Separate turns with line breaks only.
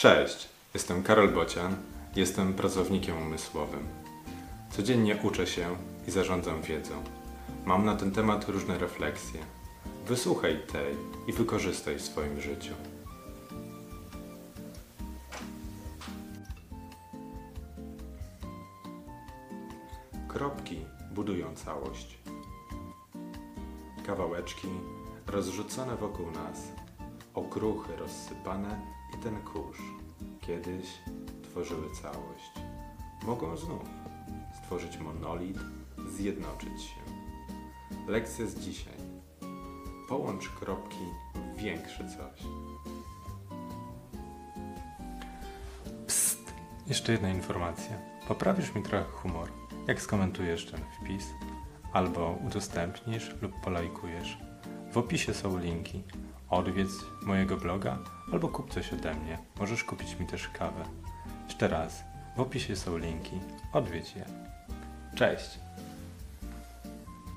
Cześć, jestem Karol Bocian, jestem pracownikiem umysłowym. Codziennie uczę się i zarządzam wiedzą. Mam na ten temat różne refleksje. Wysłuchaj tej i wykorzystaj w swoim życiu. Kropki budują całość. Kawałeczki rozrzucone wokół nas, okruchy rozsypane i ten kurz kiedyś tworzyły całość. Mogą znów stworzyć monolit, zjednoczyć się. Lekcja z dzisiaj. Połącz kropki w większe coś. Psst! Jeszcze jedna informacja. Poprawisz mi trochę humor, jak skomentujesz ten wpis, albo udostępnisz lub polajkujesz. W opisie są linki. Odwiedz mojego bloga albo kup coś ode mnie. Możesz kupić mi też kawę. Jeszcze raz, w opisie są linki. Odwiedź je. Cześć!